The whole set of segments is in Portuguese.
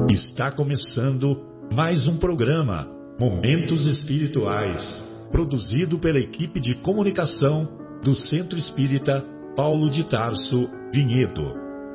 Está começando mais um programa, Momentos Espirituais, produzido pela equipe de comunicação do Centro Espírita Paulo de Tarso, Vinhedo.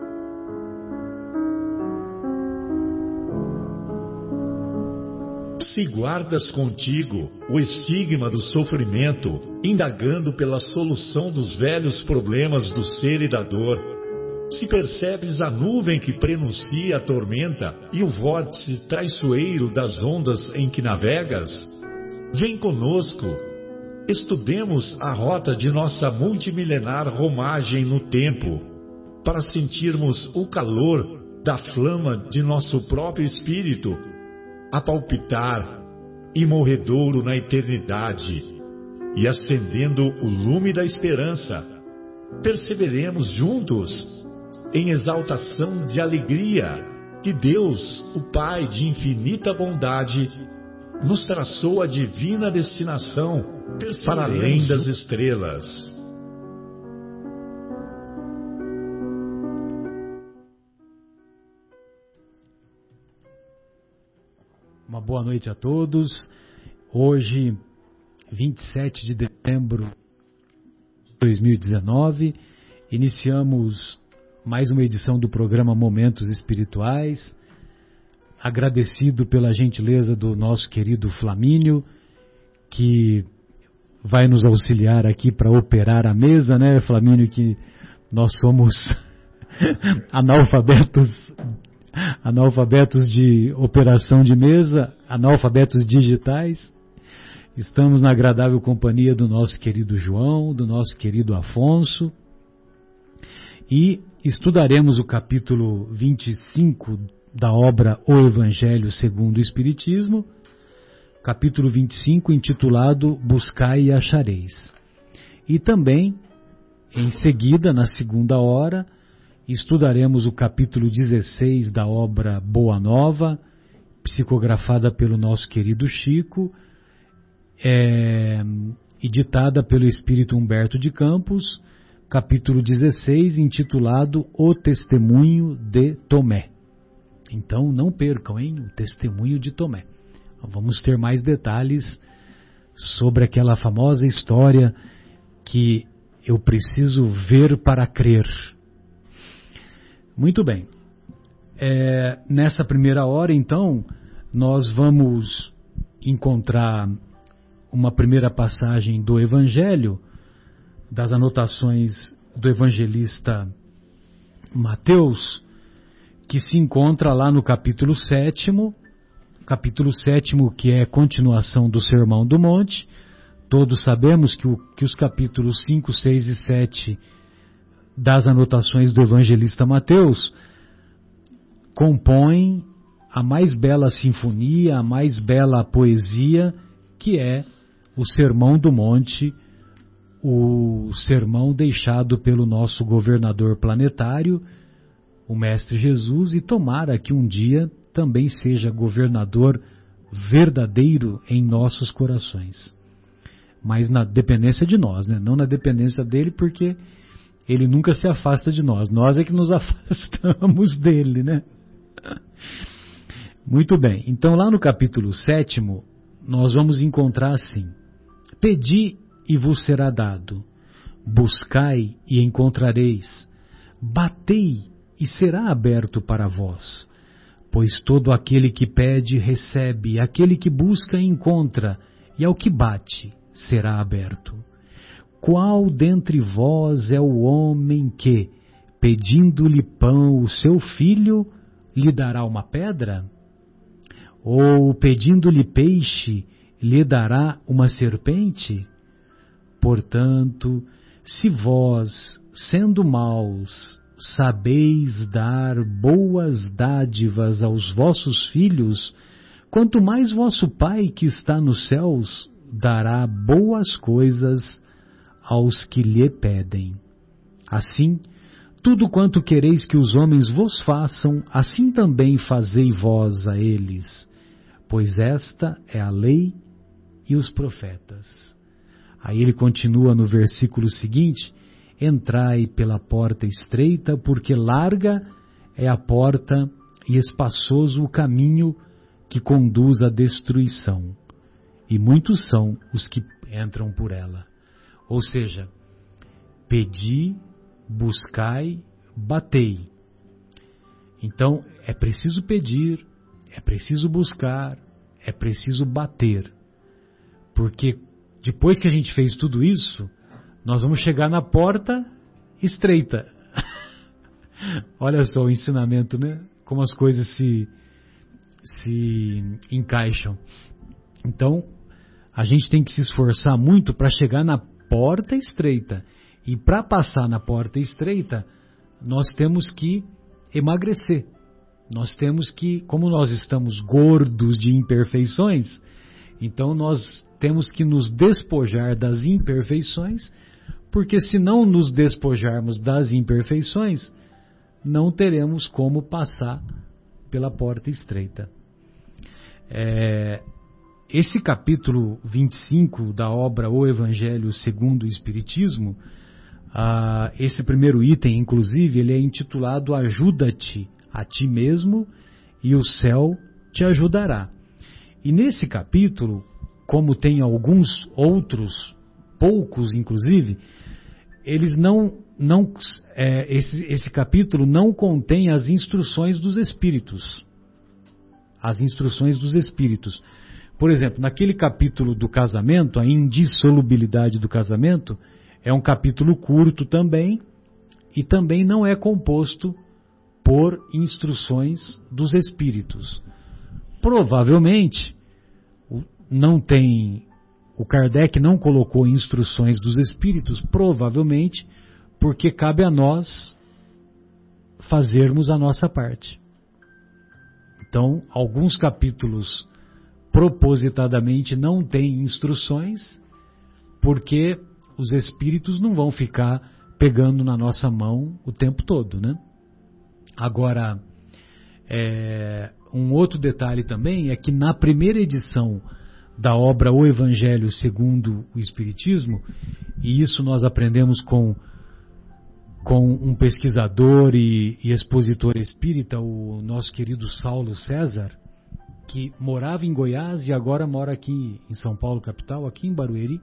Se guardas contigo o estigma do sofrimento, indagando pela solução dos velhos problemas do ser e da dor, se percebes a nuvem que prenuncia a tormenta e o vórtice traiçoeiro das ondas em que navegas, vem conosco, estudemos a rota de nossa multimilenar romagem no tempo, para sentirmos o calor da flama de nosso próprio espírito, a palpitar, imorredouro na eternidade, e acendendo o lume da esperança, perseveremos juntos em exaltação de alegria que Deus, o Pai de infinita bondade, nos traçou a divina destinação para além das estrelas. Uma boa noite a todos. Hoje, 27 de dezembro de 2019, iniciamos mais uma edição do programa Momentos Espirituais. Agradecido pela gentileza do nosso querido Flamínio, que vai nos auxiliar aqui para operar a mesa, né, Flamínio, que nós somos analfabetos de operação de mesa, analfabetos digitais. Estamos na agradável companhia do nosso querido João, do nosso querido Afonso, e estudaremos o capítulo 25 da obra O Evangelho segundo o Espiritismo, capítulo 25 intitulado Buscai e Achareis. E também, em seguida, na segunda hora, estudaremos o capítulo 16 da obra Boa Nova, psicografada pelo nosso querido Chico, e ditada pelo Espírito Humberto de Campos, capítulo 16, intitulado O Testemunho de Tomé. Então não percam, hein? O Testemunho de Tomé. Vamos ter mais detalhes sobre aquela famosa história que eu preciso ver para crer. Muito bem. Nessa primeira hora, então, nós vamos encontrar uma primeira passagem do Evangelho, das anotações do evangelista Mateus, que se encontra lá no capítulo 7º, que é continuação do Sermão do Monte. Todos sabemos que os capítulos 5, 6 e 7 das anotações do evangelista Mateus compõem a mais bela sinfonia, a mais bela poesia, que é o Sermão do Monte, o sermão deixado pelo nosso governador planetário, o Mestre Jesus, e tomara que um dia também seja governador verdadeiro em nossos corações. Mas na dependência de nós, né? Não na dependência dele, porque ele nunca se afasta de nós. Nós é que nos afastamos dele, né? Muito bem. Então lá no capítulo 7º, nós vamos encontrar assim: Pedi e vos será dado, buscai e encontrareis, batei e será aberto para vós, pois todo aquele que pede recebe, aquele que busca encontra, e ao que bate será aberto. Qual dentre vós é o homem que, pedindo-lhe pão o seu filho, lhe dará uma pedra? Ou pedindo-lhe peixe, lhe dará uma serpente? Portanto, se vós, sendo maus, sabeis dar boas dádivas aos vossos filhos, quanto mais vosso Pai que está nos céus dará boas coisas aos que lhe pedem. Assim, tudo quanto quereis que os homens vos façam, assim também fazei vós a eles, pois esta é a lei e os profetas. Aí ele continua no versículo seguinte: entrai pela porta estreita, porque larga é a porta e espaçoso o caminho que conduz à destruição, e muitos são os que entram por ela. Ou seja, pedi, buscai, batei. Então, é preciso pedir, é preciso buscar, é preciso bater. Porque depois que a gente fez tudo isso, nós vamos chegar na porta estreita. Olha só o ensinamento, né? Como as coisas se encaixam. Então, a gente tem que se esforçar muito para chegar na porta estreita. E para passar na porta estreita, nós temos que emagrecer. Nós temos que, como nós estamos gordos de imperfeições, então nós temos que nos despojar das imperfeições, porque se não nos despojarmos das imperfeições, não teremos como passar pela porta estreita. Esse capítulo 25 da obra O Evangelho segundo o Espiritismo, esse primeiro item, inclusive, ele é intitulado Ajuda-te a ti mesmo e o céu te ajudará. E nesse capítulo, como tem alguns outros, poucos inclusive, eles esse capítulo não contém as instruções dos Espíritos. As instruções dos Espíritos. Por exemplo, naquele capítulo do casamento, a indissolubilidade do casamento, é um capítulo curto também, e também não é composto por instruções dos Espíritos. Provavelmente, o Kardec não colocou instruções dos Espíritos, provavelmente porque cabe a nós fazermos a nossa parte. Então, alguns capítulos propositadamente não têm instruções, porque os Espíritos não vão ficar pegando na nossa mão o tempo todo, né? Agora, um outro detalhe também é que na primeira edição da obra O Evangelho segundo o Espiritismo, e isso nós aprendemos com um pesquisador e expositor espírita, o nosso querido Saulo César, que morava em Goiás e agora mora aqui em São Paulo, capital, aqui em Barueri.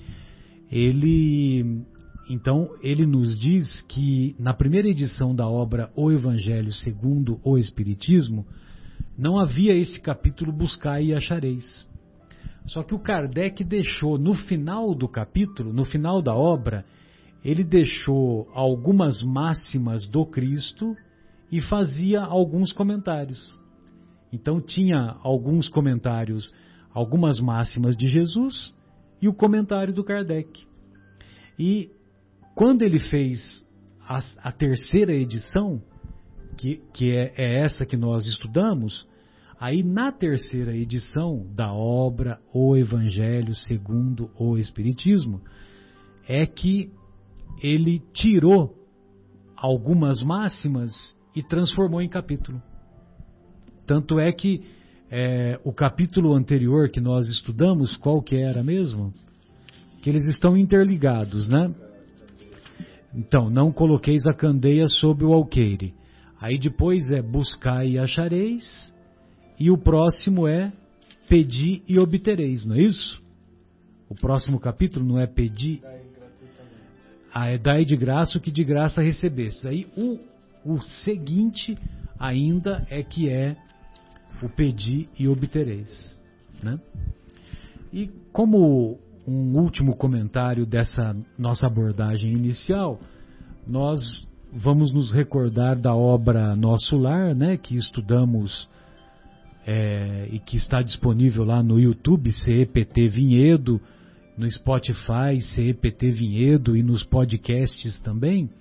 Ele nos diz que na primeira edição da obra O Evangelho segundo o Espiritismo, não havia esse capítulo Buscai e Achareis. Só que o Kardec deixou no final do capítulo, no final da obra, ele deixou algumas máximas do Cristo e fazia alguns comentários. Então tinha alguns comentários, algumas máximas de Jesus e o comentário do Kardec. E quando ele fez a terceira edição, que é essa que nós estudamos, aí na terceira edição da obra O Evangelho segundo o Espiritismo, é que ele tirou algumas máximas e transformou em capítulo. Tanto é que o capítulo anterior que nós estudamos, qual que era mesmo? Que eles estão interligados, né? Então, não coloqueis a candeia sob o alqueire. Aí depois é buscai e achareis, e o próximo é pedi e obtereis, não é isso? O próximo capítulo não é pedi... é dai de graça o que de graça recebestes. Aí o seguinte ainda é que é o pedi e obtereis, né? E como um último comentário dessa nossa abordagem inicial, nós vamos nos recordar da obra Nosso Lar, né, que estudamos e que está disponível lá no YouTube, CEPT Vinhedo, no Spotify, CEPT Vinhedo, e nos podcasts também,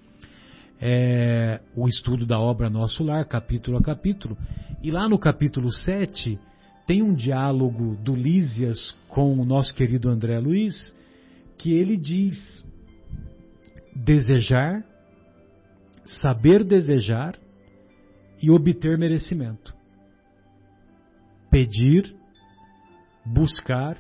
o estudo da obra Nosso Lar, capítulo a capítulo. E lá no capítulo 7 tem um diálogo do Lísias com o nosso querido André Luiz, que ele diz: desejar, saber desejar e obter merecimento. Pedir, buscar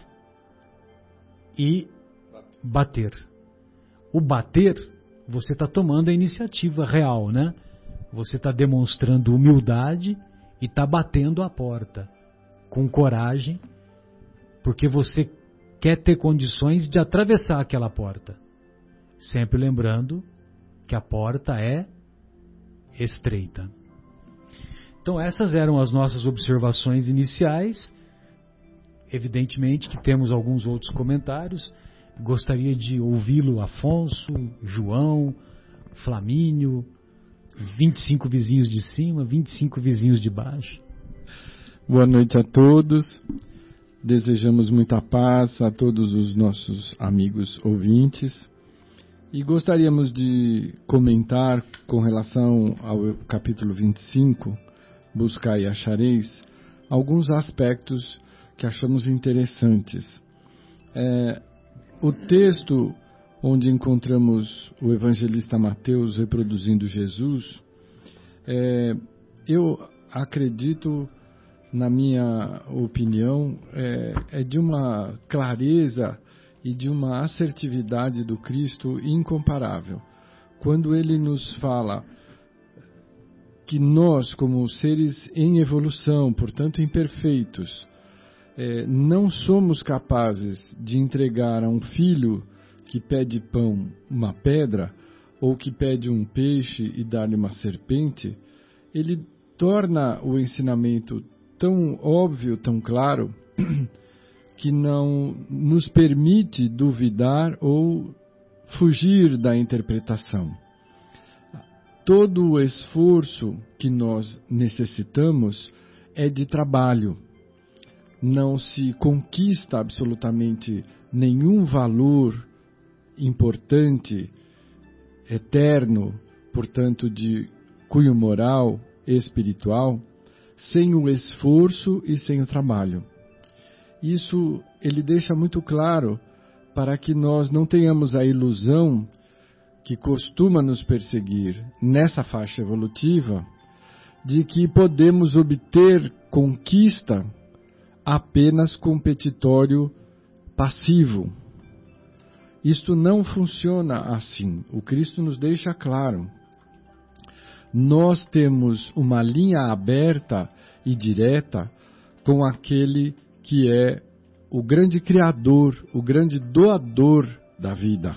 e bater. O bater, você está tomando a iniciativa real, né? Você está demonstrando humildade e está batendo a porta com coragem, porque você quer ter condições de atravessar aquela porta. Sempre lembrando que a porta é estreita. Então essas eram as nossas observações iniciais. Evidentemente que temos alguns outros comentários. Gostaria de ouvi-lo, Afonso, João, Flamínio, 25 vizinhos de cima, 25 vizinhos de baixo. Boa noite a todos. Desejamos muita paz a todos os nossos amigos ouvintes. E gostaríamos de comentar com relação ao capítulo 25, Buscai e Achareis, alguns aspectos que achamos interessantes. O texto onde encontramos o evangelista Mateus reproduzindo Jesus, eu acredito, na minha opinião, é de uma clareza e de uma assertividade do Cristo incomparável. Quando ele nos fala que nós, como seres em evolução, portanto imperfeitos, não somos capazes de entregar a um filho que pede pão uma pedra, ou que pede um peixe e dar-lhe uma serpente, ele torna o ensinamento tão óbvio, tão claro, que não nos permite duvidar ou fugir da interpretação. Todo o esforço que nós necessitamos é de trabalho. Não se conquista absolutamente nenhum valor importante, eterno, portanto de cunho moral, espiritual, sem o esforço e sem o trabalho. Isso ele deixa muito claro para que nós não tenhamos a ilusão que costuma nos perseguir nessa faixa evolutiva de que podemos obter conquista apenas com petitório passivo. Isto não funciona assim. O Cristo nos deixa claro. Nós temos uma linha aberta e direta com aquele que é o grande criador, o grande doador da vida.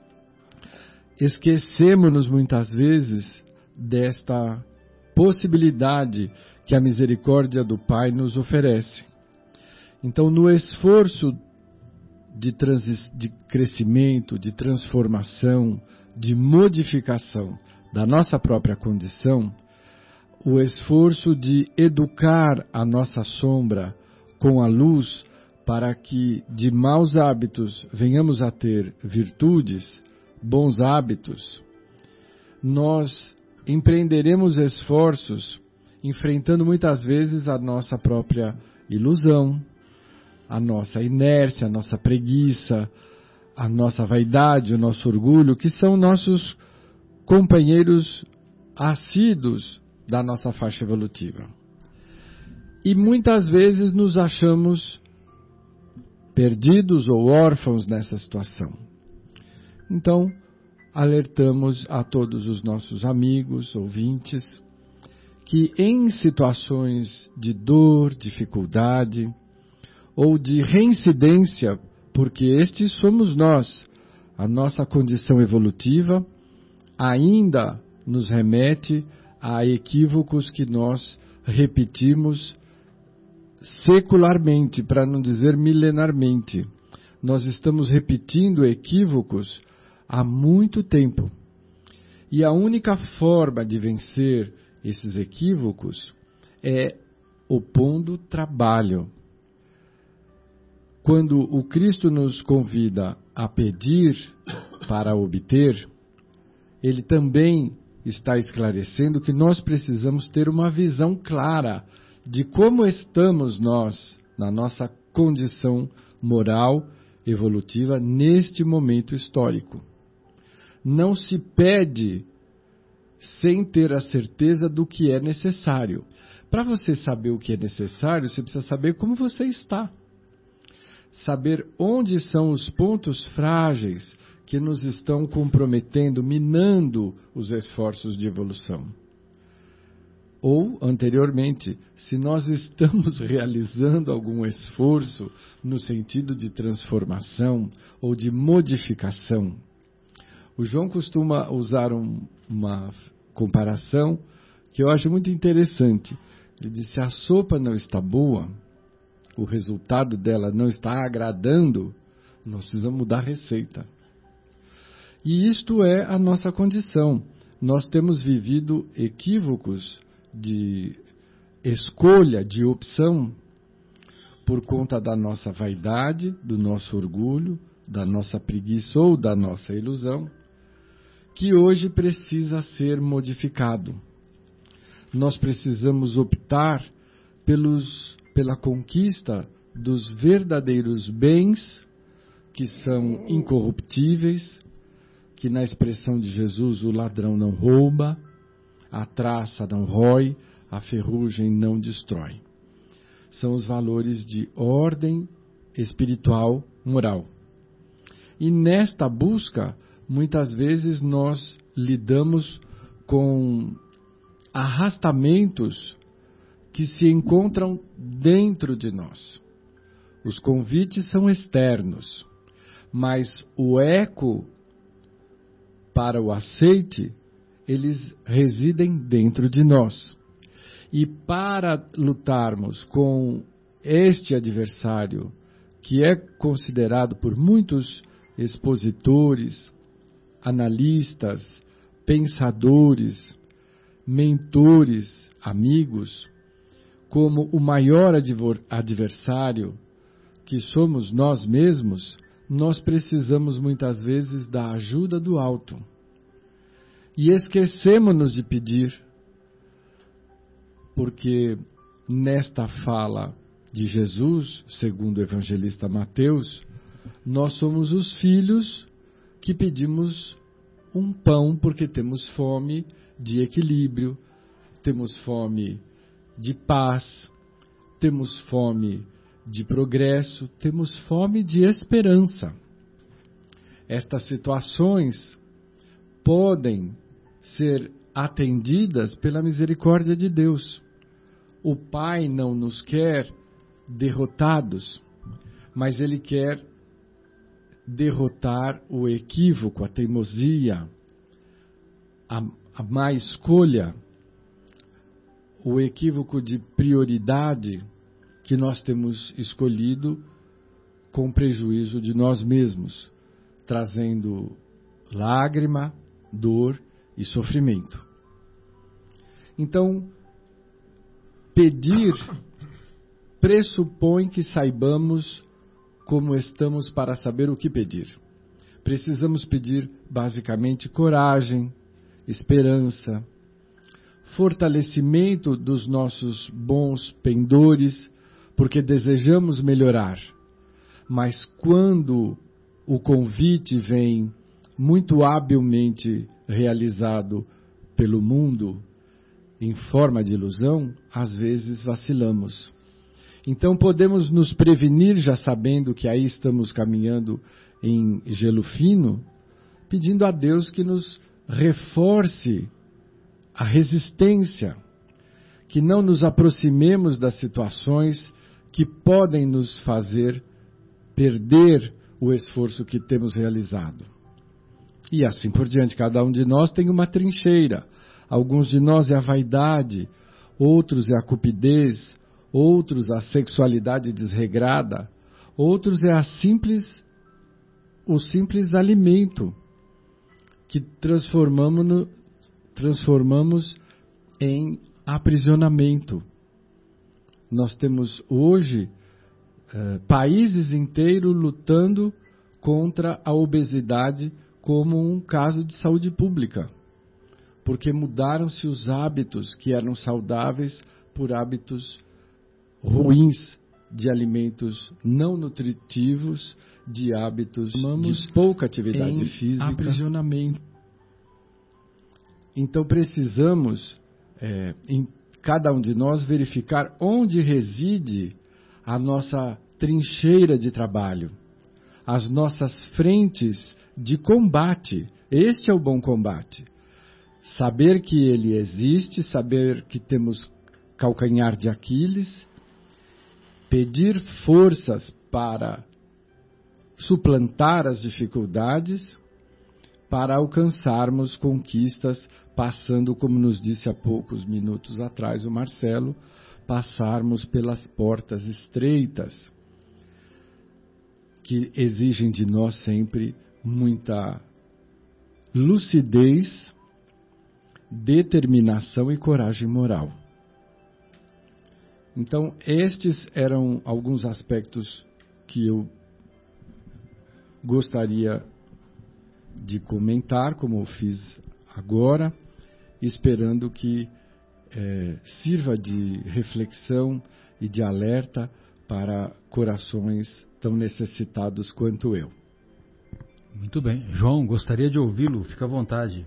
Esquecemos-nos muitas vezes desta possibilidade que a misericórdia do Pai nos oferece. Então, no esforço de crescimento, de transformação, de modificação da nossa própria condição, o esforço de educar a nossa sombra com a luz para que de maus hábitos venhamos a ter virtudes, bons hábitos, nós empreenderemos esforços enfrentando muitas vezes a nossa própria ilusão, a nossa inércia, a nossa preguiça, a nossa vaidade, o nosso orgulho, que são nossos companheiros assíduos da nossa faixa evolutiva. E muitas vezes nos achamos perdidos ou órfãos nessa situação. Então, alertamos a todos os nossos amigos, ouvintes, que em situações de dor, dificuldade ou de reincidência, porque estes somos nós, a nossa condição evolutiva ainda nos remete a equívocos que nós repetimos secularmente, para não dizer milenarmente. Nós estamos repetindo equívocos há muito tempo. E a única forma de vencer esses equívocos é opondo trabalho. Quando o Cristo nos convida a pedir para obter, ele também está esclarecendo que nós precisamos ter uma visão clara de como estamos nós, na nossa condição moral, evolutiva, neste momento histórico. Não se pede sem ter a certeza do que é necessário. Para você saber o que é necessário, você precisa saber como você está. Saber onde são os pontos frágeis que nos estão comprometendo, minando os esforços de evolução. ou anteriormente, se nós estamos realizando algum esforço no sentido de transformação ou de modificação. O João costuma usar uma comparação que eu acho muito interessante. Ele diz: se a sopa não está boa, o resultado dela não está agradando, nós precisamos mudar a receita. E isto é a nossa condição. Nós temos vivido equívocos de escolha, de opção, por conta da nossa vaidade, do nosso orgulho, da nossa preguiça ou da nossa ilusão, que hoje precisa ser modificado. Nós precisamos optar pela conquista dos verdadeiros bens, que são incorruptíveis, que na expressão de Jesus, o ladrão não rouba, a traça não rói, a ferrugem não destrói. São os valores de ordem espiritual, moral. E nesta busca, muitas vezes nós lidamos com arrastamentos que se encontram dentro de nós. Os convites são externos, mas o eco para o aceite, eles residem dentro de nós. E para lutarmos com este adversário, que é considerado por muitos expositores, analistas, pensadores, mentores, amigos, como o maior adversário, que somos nós mesmos, nós precisamos muitas vezes da ajuda do alto. E esquecemos-nos de pedir, porque nesta fala de Jesus, segundo o evangelista Mateus, nós somos os filhos que pedimos um pão porque temos fome de equilíbrio, temos fome de paz, temos fome de progresso, temos fome de esperança. Estas situações podem ser atendidas pela misericórdia de Deus. O Pai não nos quer derrotados, mas Ele quer derrotar o equívoco, a teimosia, a má escolha, o equívoco de prioridade que nós temos escolhido com prejuízo de nós mesmos, trazendo lágrima, dor e sofrimento. Então, pedir pressupõe que saibamos como estamos para saber o que pedir. Precisamos pedir, basicamente, coragem, esperança, fortalecimento dos nossos bons pendores, porque desejamos melhorar. Mas quando o convite vem muito habilmente realizado pelo mundo, em forma de ilusão, às vezes vacilamos. Então podemos nos prevenir, já sabendo que aí estamos caminhando em gelo fino, pedindo a Deus que nos reforce a resistência, que não nos aproximemos das situações que podem nos fazer perder o esforço que temos realizado. E assim por diante, cada um de nós tem uma trincheira. Alguns de nós é a vaidade, outros é a cupidez, outros a sexualidade desregrada, outros é o simples alimento que transformamos em aprisionamento. Nós temos hoje países inteiros lutando contra a obesidade como um caso de saúde pública, porque mudaram-se os hábitos que eram saudáveis por hábitos ruins de alimentos não nutritivos, de hábitos de pouca atividade física. Aprisionamento. Então precisamos, em cada um de nós, verificar onde reside a nossa trincheira de trabalho, as nossas frentes de combate. Este é o bom combate. saber que ele existe, saber que temos calcanhar de Aquiles, pedir forças para suplantar as dificuldades, para alcançarmos conquistas, passando, como nos disse há poucos minutos atrás o Marcelo, passarmos pelas portas estreitas, que exigem de nós sempre muita lucidez, determinação e coragem moral. Então, estes eram alguns aspectos que eu gostaria de comentar, como eu fiz agora, esperando que sirva de reflexão e de alerta para corações tão necessitados quanto eu. Muito bem. João, gostaria de ouvi-lo. Fica à vontade.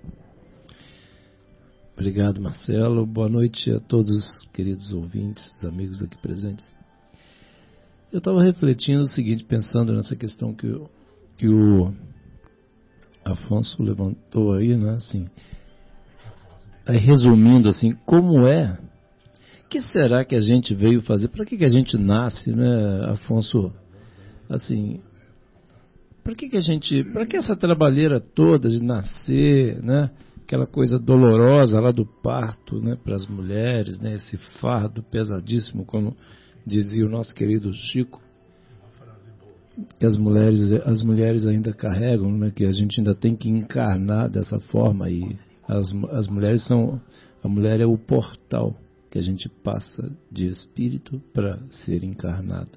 Obrigado, Marcelo. Boa noite a todos, queridos ouvintes, amigos aqui presentes. Eu estava refletindo o seguinte, pensando nessa questão que o Afonso levantou aí, né? Assim, aí resumindo assim, como é? O que será que a gente veio fazer? Para que a gente nasce, né, Afonso? Assim, para que essa trabalheira toda de nascer, né? Aquela coisa dolorosa lá do parto, né, para as mulheres, né, esse fardo pesadíssimo, como dizia o nosso querido Chico, que as mulheres ainda carregam, né, que a gente ainda tem que encarnar dessa forma, e as mulheres a mulher é o portal que a gente passa de espírito para ser encarnado.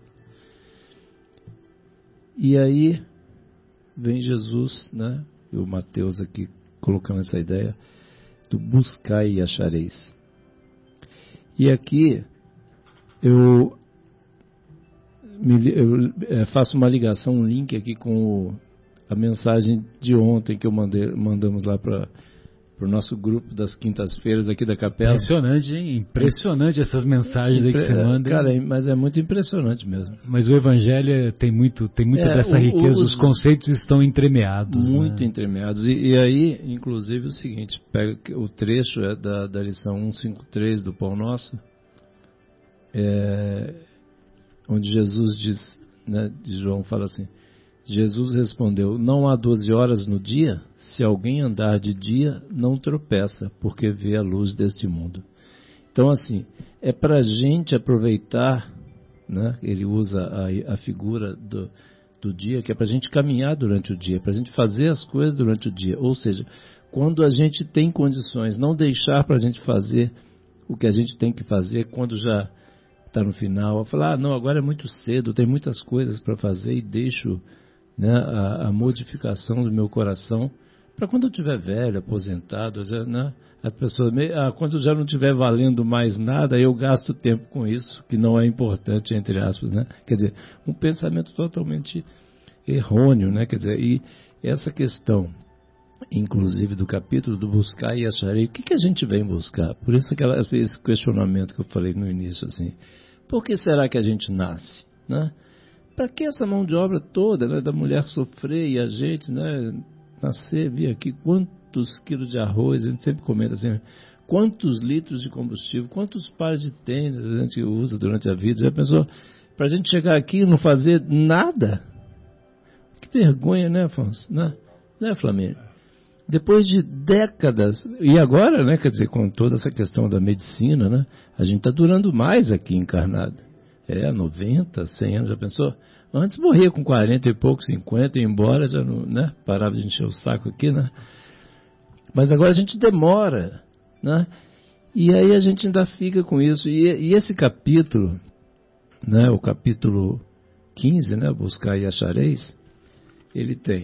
E aí vem Jesus, né, e o Mateus aqui colocando essa ideia do buscai e achareis. E aqui eu faço uma ligação, um link aqui com a mensagem de ontem que mandamos lá para o nosso grupo das quintas-feiras aqui da capela. Impressionante, hein? Impressionante essas mensagens aí que você manda. Cara, mas é muito impressionante mesmo. Mas o Evangelho tem muita dessa riqueza, os conceitos estão entremeados. Muito, né? entremeados. E aí, inclusive, o seguinte, pega o trecho da lição 153 do Pão Nosso, onde Jesus diz, né, de João fala assim, Jesus respondeu, não há 12 horas no dia? Se alguém andar de dia, não tropeça, porque vê a luz deste mundo. Então, assim, é para a gente aproveitar, né? Ele usa a figura do dia, que é para a gente caminhar durante o dia, para a gente fazer as coisas durante o dia. Ou seja, quando a gente tem condições, não deixar para a gente fazer o que a gente tem que fazer quando já está no final. Falar, não, agora é muito cedo, tem muitas coisas para fazer e deixo, né, a modificação do meu coração para quando eu estiver velho, aposentado, né, as pessoas, quando já não estiver valendo mais nada, eu gasto tempo com isso, que não é importante, entre aspas, né? Quer dizer, um pensamento totalmente errôneo, né? Quer dizer, e essa questão, inclusive do capítulo do buscar e acharei, o que a gente vem buscar? Por isso esse questionamento que eu falei no início, assim, por que será que a gente nasce, né? Para que essa mão de obra toda, né, da mulher sofrer e a gente, né, nascer, vir aqui, quantos quilos de arroz, a gente sempre comenta assim, quantos litros de combustível, quantos pares de tênis a gente usa durante a vida. Já pensou, para a gente chegar aqui e não fazer nada? Que vergonha, né, Afonso? Né, Flamengo? Depois de décadas, e agora, né, quer dizer, com toda essa questão da medicina, né, a gente está durando mais aqui encarnado. 90, 100 anos, já pensou? Antes morria com 40 e pouco, 50, e embora, já não, né, parava de encher o saco aqui, né? Mas agora a gente demora, né? E aí a gente ainda fica com isso. E esse capítulo, né, o capítulo 15, né, buscar e achareis, ele tem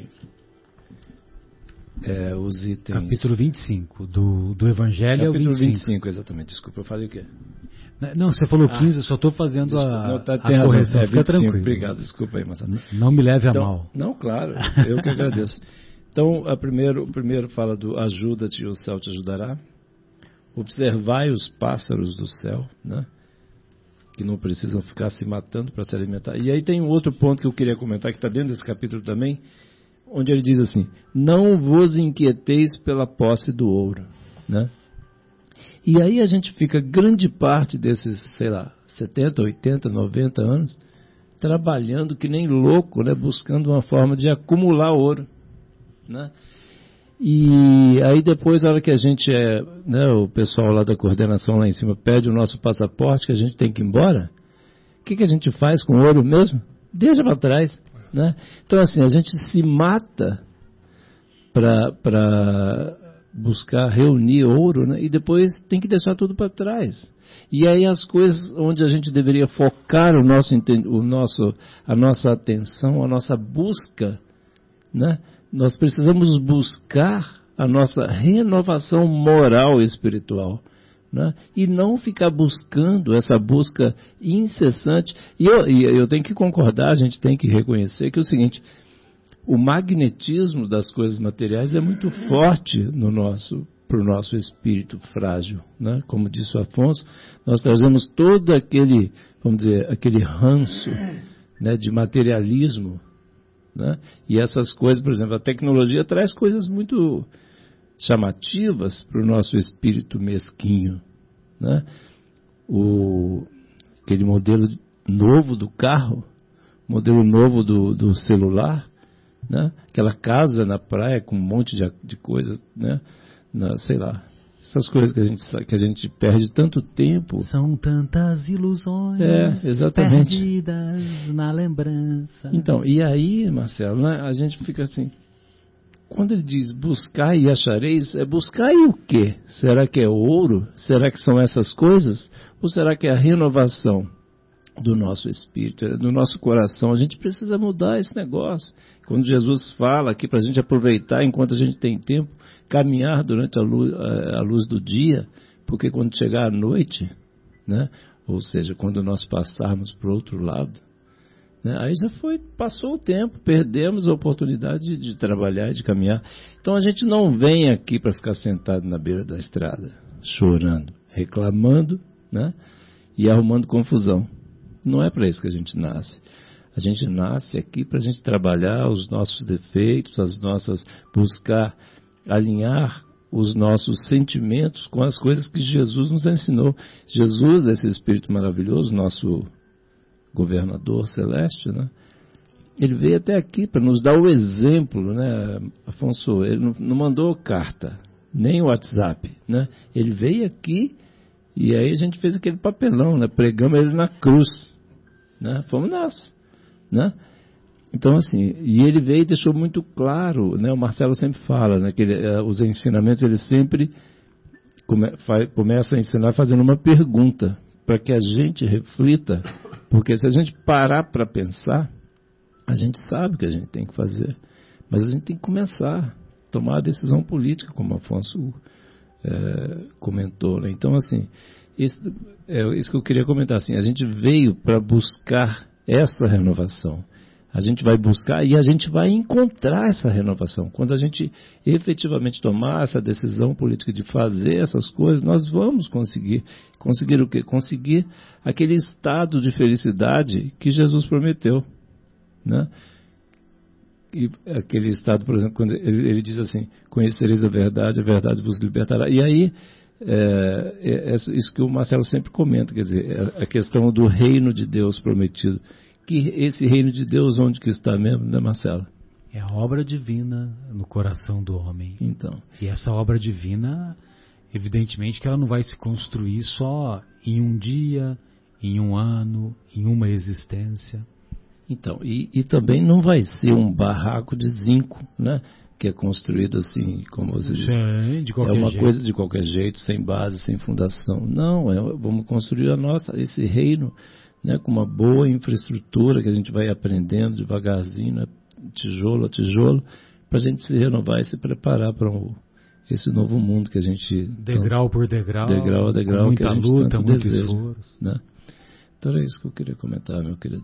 os itens... Capítulo 25, do Evangelho é o 25. Capítulo 25, exatamente. Desculpa, eu falei o quê? Não, você falou 15, eu só estou fazendo desculpa, a correção. Fica 25, tranquilo. Obrigado, desculpa aí, Marcelo. Não me leve a mal. Não, claro, eu que agradeço. Então, o primeiro fala do ajuda-te e o céu te ajudará. Observai os pássaros do céu, né? Que não precisam ficar se matando para se alimentar. E aí tem um outro ponto que eu queria comentar, que está dentro desse capítulo também. onde ele diz assim, não vos inquieteis pela posse do ouro, né? E aí a gente fica grande parte desses, 70, 80, 90 anos, trabalhando que nem louco, né? Buscando uma forma de acumular ouro, né? E aí depois, a hora que a gente o pessoal lá da coordenação lá em cima pede o nosso passaporte, que a gente tem que ir embora, o que a gente faz com o ouro mesmo? Deixa para trás, né? Então assim, a gente se mata para buscar reunir ouro, né? E depois tem que deixar tudo para trás. E aí as coisas onde a gente deveria focar a nossa atenção, a nossa busca, né? Nós precisamos buscar a nossa renovação moral e espiritual, né? E não ficar buscando essa busca incessante. E eu tenho que concordar, a gente tem que reconhecer que é o seguinte, o magnetismo das coisas materiais é muito forte para o nosso espírito frágil, né? Como disse o Afonso, nós trazemos todo aquele, vamos dizer, aquele ranço, né, de materialismo, né? E essas coisas, por exemplo, a tecnologia traz coisas muito chamativas para o nosso espírito mesquinho, né? Aquele modelo novo do carro, modelo novo do celular, né? Aquela casa na praia com um monte de coisa, né? Essas coisas que a gente perde tanto tempo. São tantas ilusões perdidas na lembrança. Então, e aí, Marcelo, né, a gente fica assim, quando ele diz buscar e achareis, é buscar e o quê? Será que é ouro? Será que são essas coisas? Ou será que é a renovação do nosso espírito, do nosso coração? A gente precisa mudar esse negócio. Quando Jesus fala aqui para a gente aproveitar enquanto a gente tem tempo, caminhar durante a luz do dia, porque quando chegar a noite, né, ou seja, quando nós passarmos para o outro lado, né, aí passou o tempo, perdemos a oportunidade de trabalhar e de caminhar. Então a gente não vem aqui para ficar sentado na beira da estrada, chorando, reclamando, né, e arrumando confusão. Não é para isso que a gente nasce. A gente nasce aqui para a gente trabalhar os nossos defeitos, buscar alinhar os nossos sentimentos com as coisas que Jesus nos ensinou. Jesus, esse Espírito maravilhoso, nosso governador celeste, né? Ele veio até aqui para nos dar o exemplo, né, Afonso? Ele não mandou carta, nem WhatsApp, né? Ele veio aqui e aí a gente fez aquele papelão, né? Pregamos ele na cruz, né? Fomos nós, né? Então, assim, e ele veio e deixou muito claro, né? O Marcelo sempre fala, né, que os ensinamentos, ele sempre começa a ensinar fazendo uma pergunta, para que a gente reflita, porque se a gente parar para pensar, a gente sabe o que a gente tem que fazer, mas a gente tem que começar a tomar a decisão política, como o Afonso comentou, né? Então, assim, isso que eu queria comentar, assim, a gente veio para buscar essa renovação. A gente vai buscar e a gente vai encontrar essa renovação. Quando a gente efetivamente tomar essa decisão política de fazer essas coisas, nós vamos conseguir. Conseguir o quê? Conseguir aquele estado de felicidade que Jesus prometeu, né? E aquele estado, por exemplo, quando ele diz assim, conhecereis a verdade vos libertará. E aí, isso que o Marcelo sempre comenta, quer dizer, a questão do reino de Deus prometido. Que esse reino de Deus, onde que está mesmo, né, Marcelo? É a obra divina no coração do homem. Então. E essa obra divina, evidentemente que ela não vai se construir só em um dia, em um ano, em uma existência. Então, e também não vai ser um barraco de zinco, né? Que é construído assim, como você disse. Sim, de qualquer jeito. Coisa de qualquer jeito, sem base, sem fundação. Não, vamos construir esse reino, né, com uma boa infraestrutura que a gente vai aprendendo devagarzinho, né, tijolo a tijolo, para a gente se renovar e se preparar para esse novo mundo que a gente... Degrau por degrau, degrau a degrau, muita que a gente luta, tanto muito deseja, esforço. né? Então era isso que eu queria comentar, meu querido.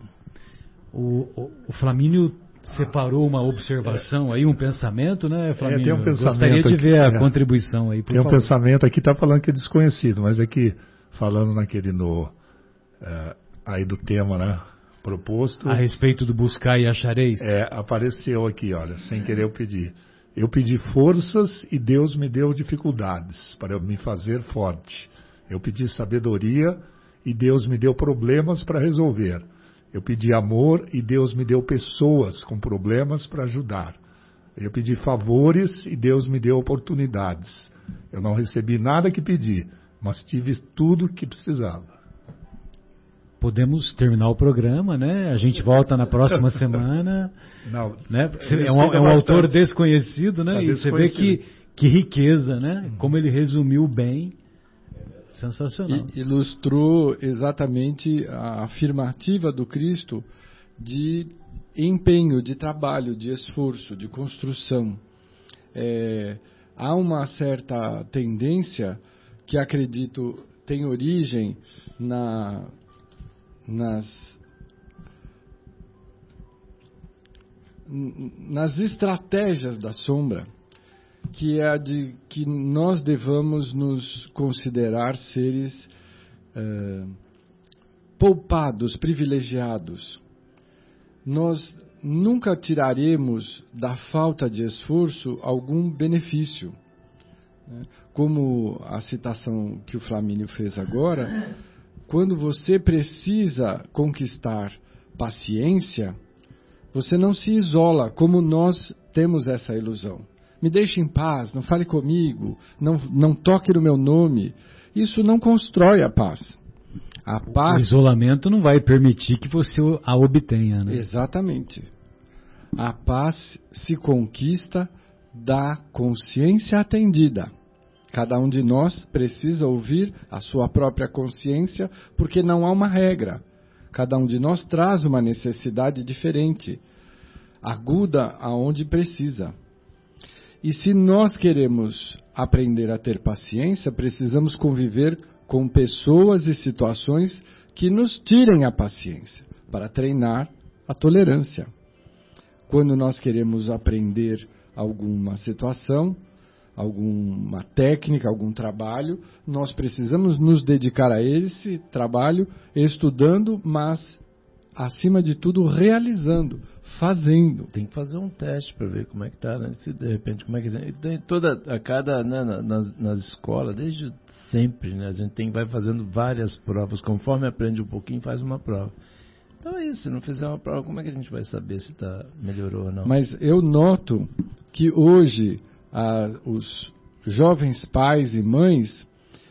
O Flamínio separou uma observação aí, um pensamento, né, Flamínio? Tem um pensamento. Gostaria de ver a contribuição aí, por favor. Tem um pensamento aqui, está falando que é desconhecido, mas é que, falando naquele aí do tema, né? proposto. A respeito do buscar e achareis? Apareceu aqui, olha, sem querer eu pedi. Eu pedi forças e Deus me deu dificuldades para me fazer forte. Eu pedi sabedoria e Deus me deu problemas para resolver. Eu pedi amor e Deus me deu pessoas com problemas para ajudar. Eu pedi favores e Deus me deu oportunidades. Eu não recebi nada que pedi, mas tive tudo que precisava. Podemos terminar o programa, né? A gente volta na próxima semana. Não, né? É um autor desconhecido, né? E você vê que riqueza, né? Uhum. Como ele resumiu bem. Sensacional. Ilustrou exatamente a afirmativa do Cristo de empenho, de trabalho, de esforço, de construção. Há uma certa tendência que acredito tem origem nas estratégias da sombra, que é a de que nós devamos nos considerar seres poupados, privilegiados. Nós nunca tiraremos da falta de esforço algum benefício. Como a citação que o Flamínio fez agora, quando você precisa conquistar paciência, você não se isola, como nós temos essa ilusão. Me deixe em paz, não fale comigo, não toque no meu nome. Isso não constrói a paz. A paz... O isolamento não vai permitir que você a obtenha, né? Exatamente. A paz se conquista da consciência atendida. Cada um de nós precisa ouvir a sua própria consciência, porque não há uma regra. Cada um de nós traz uma necessidade diferente, aguda aonde precisa. E se nós queremos aprender a ter paciência, precisamos conviver com pessoas e situações que nos tirem a paciência, para treinar a tolerância. Quando nós queremos aprender alguma situação, alguma técnica, algum trabalho, nós precisamos nos dedicar a esse trabalho, estudando, mas, acima de tudo, realizando, fazendo. Tem que fazer um teste para ver como é que está, né? Se de repente, como é que tem né, nas escolas, desde sempre, né? A gente vai fazendo várias provas, conforme aprende um pouquinho, faz uma prova. Então é isso, se não fizer uma prova, como é que a gente vai saber se melhorou ou não? Mas eu noto que hoje os jovens pais e mães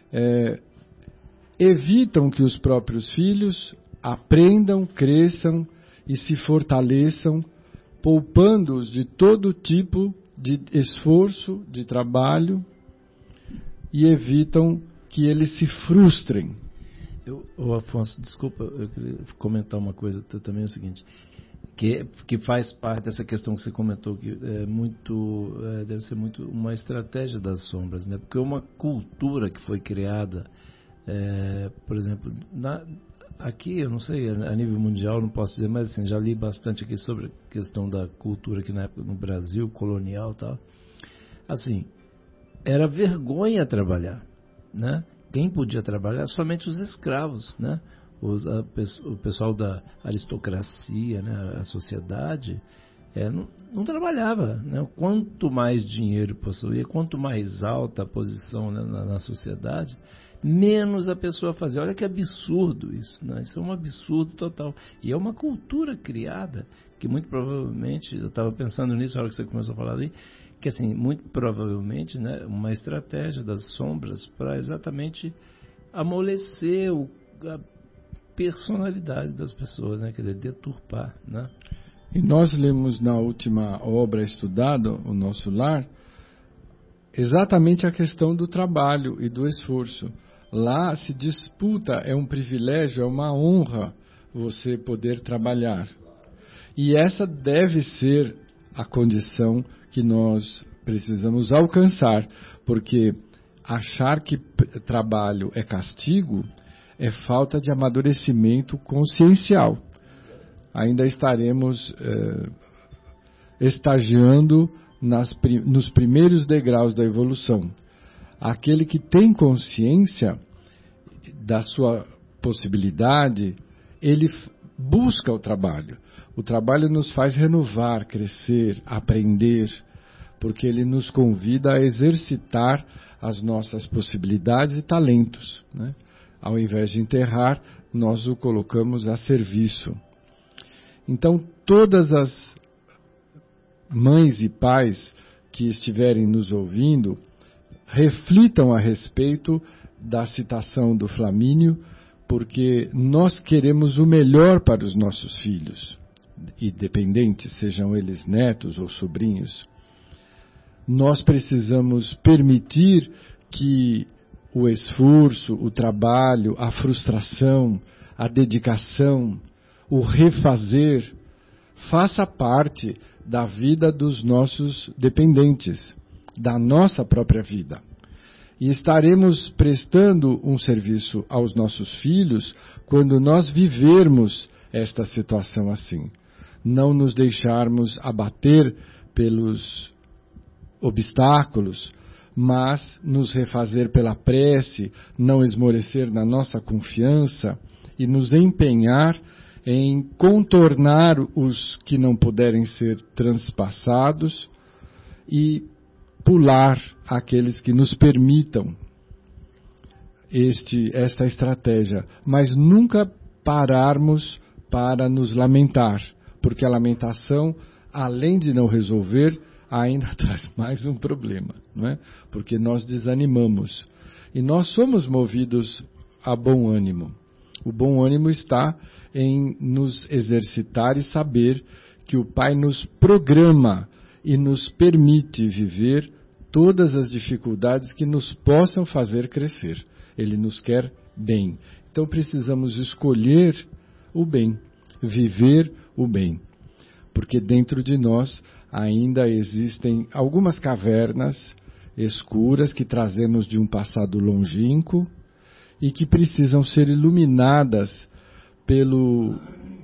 evitam que os próprios filhos aprendam, cresçam e se fortaleçam, poupando-os de todo tipo de esforço, de trabalho, e evitam que eles se frustrem. Afonso, desculpa, eu queria comentar uma coisa também, é o seguinte, que faz parte dessa questão que você comentou, que deve ser muito uma estratégia das sombras, né? Porque uma cultura que foi criada, por exemplo, aqui, eu não sei, a nível mundial não posso dizer, mas assim, já li bastante aqui sobre a questão da cultura aqui na época no Brasil, colonial e tal. Assim, era vergonha trabalhar, né? Quem podia trabalhar? Somente os escravos, né? O pessoal da aristocracia, né? A sociedade, não trabalhava, né? Quanto mais dinheiro possuía, quanto mais alta a posição, né, na sociedade, menos a pessoa fazia. Olha que absurdo isso, né? Isso é um absurdo total. E é uma cultura criada, que muito provavelmente, eu estava pensando nisso na hora que você começou a falar ali, que assim, muito provavelmente, né, uma estratégia das sombras para exatamente amolecer a personalidade das pessoas, né? Quer dizer, deturpar, né? E nós lemos na última obra estudada, O Nosso Lar, exatamente a questão do trabalho e do esforço. Lá se disputa, é um privilégio, é uma honra você poder trabalhar. E essa deve ser a condição que nós precisamos alcançar, porque achar que trabalho é castigo é falta de amadurecimento consciencial. Ainda estaremos estagiando nos primeiros degraus da evolução. Aquele que tem consciência da sua possibilidade, ele busca o trabalho. O trabalho nos faz renovar, crescer, aprender, porque ele nos convida a exercitar as nossas possibilidades e talentos, né? Ao invés de enterrar, nós o colocamos a serviço. Então, todas as mães e pais que estiverem nos ouvindo, reflitam a respeito da citação do Flamínio, porque nós queremos o melhor para os nossos filhos, e dependentes, sejam eles netos ou sobrinhos. Nós precisamos permitir que o esforço, o trabalho, a frustração, a dedicação, o refazer, faça parte da vida dos nossos dependentes, da nossa própria vida. E estaremos prestando um serviço aos nossos filhos quando nós vivermos esta situação assim. Não nos deixarmos abater pelos obstáculos, mas nos refazer pela prece, não esmorecer na nossa confiança e nos empenhar em contornar os que não puderem ser transpassados e pular aqueles que nos permitam esta estratégia, mas nunca pararmos para nos lamentar, porque a lamentação, além de não resolver, ainda traz mais um problema, não é? Porque nós desanimamos. E nós somos movidos a bom ânimo. O bom ânimo está em nos exercitar e saber que o Pai nos programa e nos permite viver todas as dificuldades que nos possam fazer crescer. Ele nos quer bem. Então precisamos escolher o bem, viver o bem. Porque dentro de nós ainda existem algumas cavernas escuras que trazemos de um passado longínquo e que precisam ser iluminadas pelo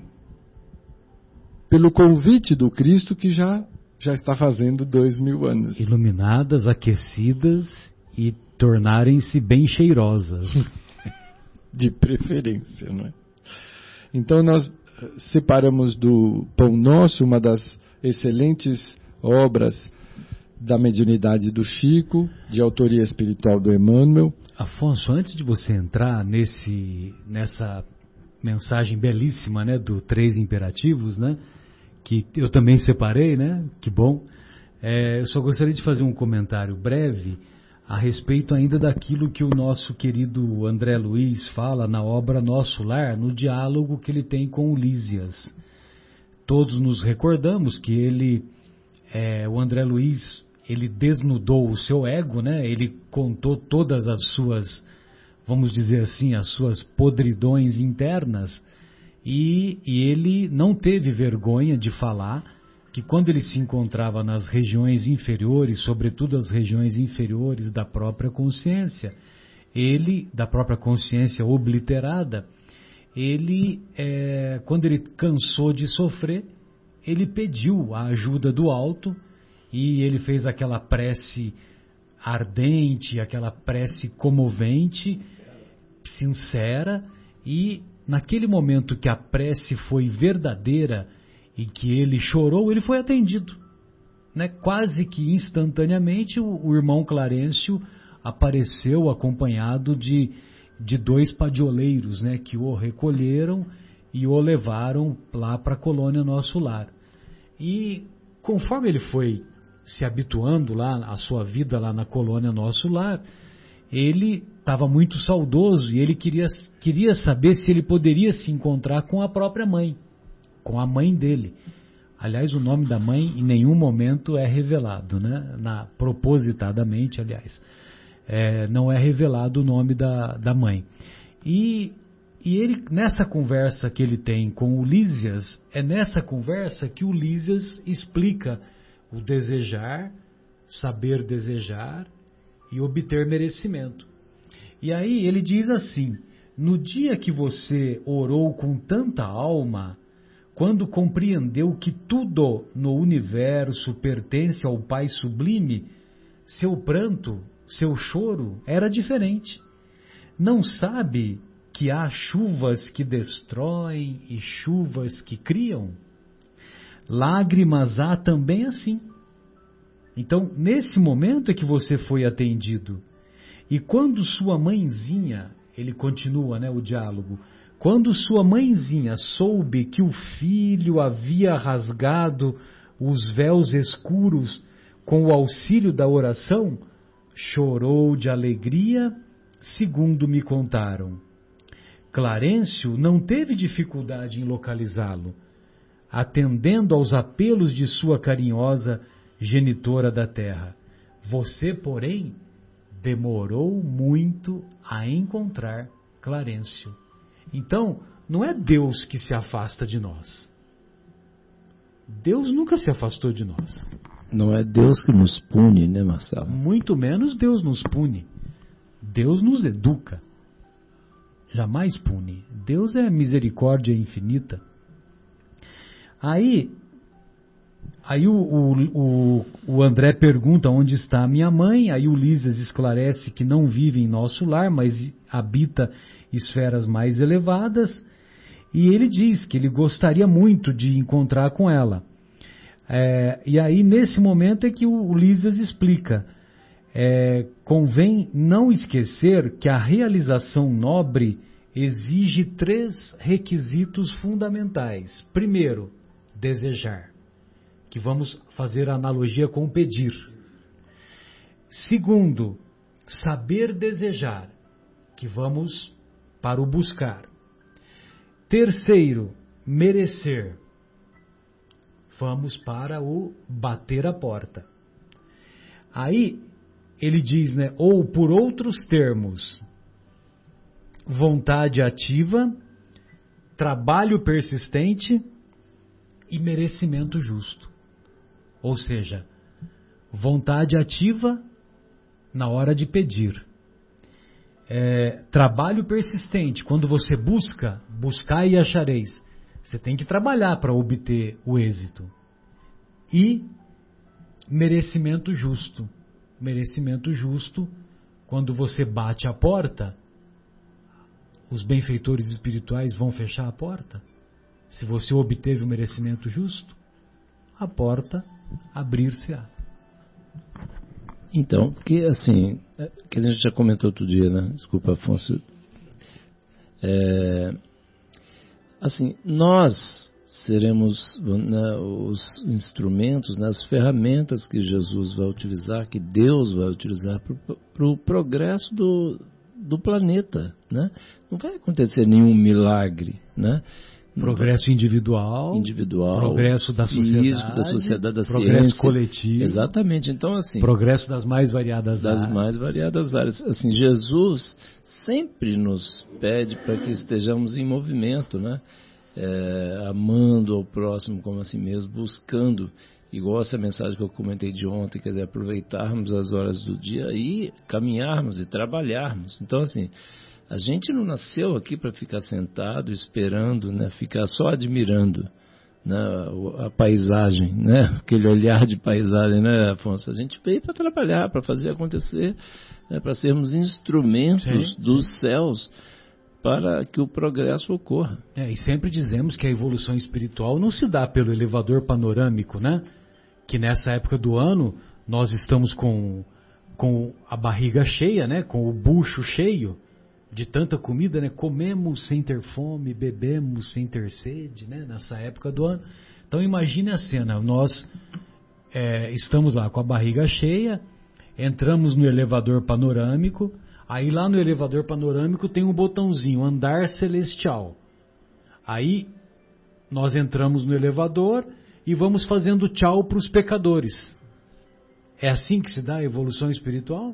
convite do Cristo que já está fazendo 2000 anos. Iluminadas, aquecidas e tornarem-se bem cheirosas. De preferência, não é? Então nós separamos do Pão Nosso uma das excelentes obras da mediunidade do Chico, de autoria espiritual do Emmanuel. Afonso, antes de você entrar nessa mensagem belíssima, né, do Três Imperativos, né, que eu também separei, né, que bom, eu só gostaria de fazer um comentário breve a respeito ainda daquilo que o nosso querido André Luiz fala na obra Nosso Lar, no diálogo que ele tem com o Lísias. Todos nos recordamos que o André Luiz, ele desnudou o seu ego, né? Ele contou todas as suas, vamos dizer assim, as suas podridões internas, e ele não teve vergonha de falar que quando ele se encontrava nas regiões inferiores, sobretudo as regiões inferiores da própria consciência, da própria consciência obliterada, quando ele cansou de sofrer, ele pediu a ajuda do alto e ele fez aquela prece ardente, aquela prece comovente, sincera, e naquele momento que a prece foi verdadeira e que ele chorou, ele foi atendido, né? Quase que instantaneamente o irmão Clarencio apareceu acompanhado de 2 padioleiros, né, que o recolheram e o levaram lá para a colônia Nosso Lar. E conforme ele foi se habituando lá, a sua vida lá na colônia Nosso Lar, ele estava muito saudoso e ele queria saber se ele poderia se encontrar com a própria mãe, com a mãe dele. Aliás, o nome da mãe em nenhum momento é revelado, né? Propositadamente, aliás. Não é revelado o nome da mãe. E ele, nessa conversa que ele tem com o Lísias, é nessa conversa que o Lísias explica o desejar, saber desejar e obter merecimento. E aí ele diz assim: no dia que você orou com tanta alma, quando compreendeu que tudo no universo pertence ao Pai Sublime, seu pranto, seu choro era diferente. Não sabe que há chuvas que destroem e chuvas que criam, lágrimas há também assim. Então, nesse momento é que você foi atendido. E quando sua mãezinha, ele continua, né, o diálogo, quando sua mãezinha soube que o filho havia rasgado os véus escuros com o auxílio da oração, chorou de alegria, segundo me contaram. Clarencio não teve dificuldade em localizá-lo, atendendo aos apelos de sua carinhosa genitora da terra. Você, porém, demorou muito a encontrar Clarencio. Então, não é Deus que se afasta de nós. Deus nunca se afastou de nós. Não é Deus que nos pune, né, Marcelo? Muito menos Deus nos pune. Deus nos educa. Jamais pune. Deus é misericórdia infinita. Aí o André pergunta onde está a minha mãe. Aí o Lísias esclarece que não vive em nosso lar, mas habita esferas mais elevadas. E ele diz que ele gostaria muito de encontrar com ela. E aí, nesse momento, é que o Lísias explica. Convém não esquecer que a realização nobre exige 3 requisitos fundamentais. Primeiro, desejar, que vamos fazer a analogia com pedir. Segundo, saber desejar, que vamos para o buscar. Terceiro, merecer. Vamos para o bater a porta. Aí ele diz, né, ou por outros termos, vontade ativa, trabalho persistente e merecimento justo. Ou seja, vontade ativa na hora de pedir. Trabalho persistente, quando você buscai e achareis. Você tem que trabalhar para obter o êxito. E merecimento justo. Merecimento justo, quando você bate a porta, os benfeitores espirituais vão fechar a porta. Se você obteve o merecimento justo, a porta abrir-se-á. Então, porque assim, que a gente já comentou outro dia, né? Desculpa, Afonso. Assim, nós seremos, né, os instrumentos, né, as ferramentas que Jesus vai utilizar, que Deus vai utilizar para o progresso do planeta, né? Não vai acontecer nenhum milagre, né? Progresso individual, progresso da sociedade, físico, da sociedade, da progresso ciência, coletivo, exatamente. Então, assim, progresso das mais variadas áreas. Assim, Jesus sempre nos pede para que estejamos em movimento, né? Amando ao próximo como a si mesmo, buscando, igual essa mensagem que eu comentei de ontem, quer dizer, aproveitarmos as horas do dia e caminharmos e trabalharmos. Então, assim, a gente não nasceu aqui para ficar sentado, esperando, né, ficar só admirando, né, a paisagem, né, aquele olhar de paisagem, né, Afonso? A gente veio para trabalhar, para fazer acontecer, né, para sermos instrumentos dos céus para que o progresso ocorra. E sempre dizemos que a evolução espiritual não se dá pelo elevador panorâmico, né? Que nessa época do ano nós estamos com a barriga cheia, né? Com o bucho cheio de tanta comida, né? Comemos sem ter fome, bebemos sem ter sede, né? Nessa época do ano. Então imagine a cena, nós estamos lá com a barriga cheia, entramos no elevador panorâmico. Aí lá no elevador panorâmico tem um botãozinho, andar celestial. Aí nós entramos no elevador e vamos fazendo tchau para os pecadores. É assim que se dá a evolução espiritual?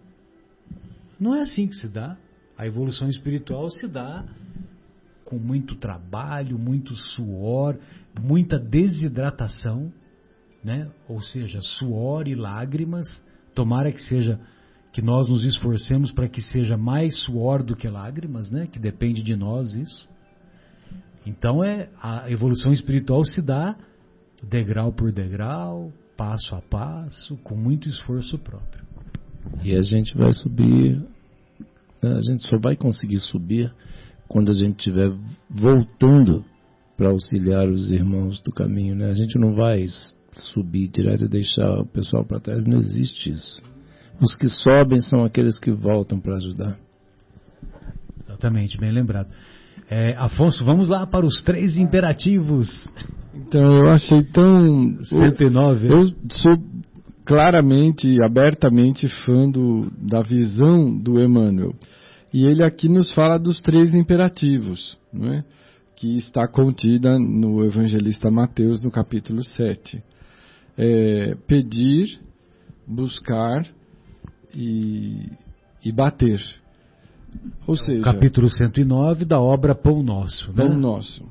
Não é assim que se dá. A evolução espiritual se dá com muito trabalho, muito suor, muita desidratação, né? Ou seja, suor e lágrimas. Tomara que nós nos esforcemos para que seja mais suor do que lágrimas, né? Que depende de nós isso. Então a evolução espiritual se dá degrau por degrau, passo a passo, com muito esforço próprio. E a gente vai subir, né? A gente só vai conseguir subir quando a gente estiver voltando para auxiliar os irmãos do caminho, né? A gente não vai subir direto e deixar o pessoal para trás, não existe isso. Os que sobem são aqueles que voltam para ajudar. Exatamente, bem lembrado. Afonso, vamos lá para os 3 imperativos. Então, eu achei tão... 109. Eu sou claramente, abertamente fã da visão do Emmanuel. E ele aqui nos fala dos 3 imperativos, não é? Que está contida no Evangelista Mateus, no capítulo 7. Pedir, buscar e bater. Ou seja... Capítulo 109 da obra Pão Nosso. Né? Pão Nosso.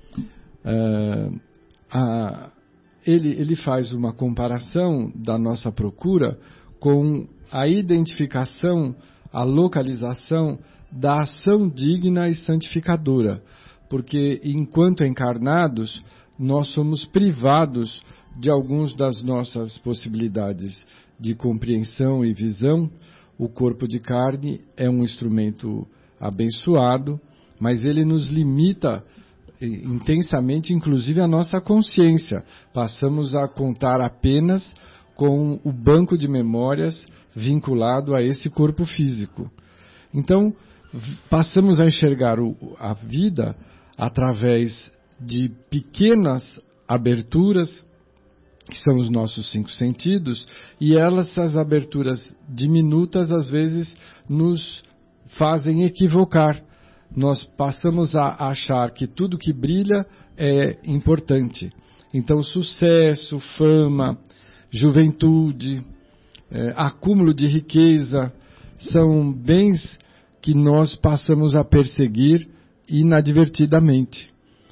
Ele faz uma comparação da nossa procura com a identificação, a localização da ação digna e santificadora. Porque, enquanto encarnados, nós somos privados de algumas das nossas possibilidades de compreensão e visão. O corpo de carne é um instrumento abençoado, mas ele nos limita intensamente, inclusive, a nossa consciência. Passamos a contar apenas com o banco de memórias vinculado a esse corpo físico. Então, passamos a enxergar a vida através de pequenas aberturas, que são os nossos 5 sentidos, e essas aberturas diminutas, às vezes, nos fazem equivocar. Nós passamos a achar que tudo que brilha é importante. Então, sucesso, fama, juventude, acúmulo de riqueza, são bens que nós passamos a perseguir inadvertidamente.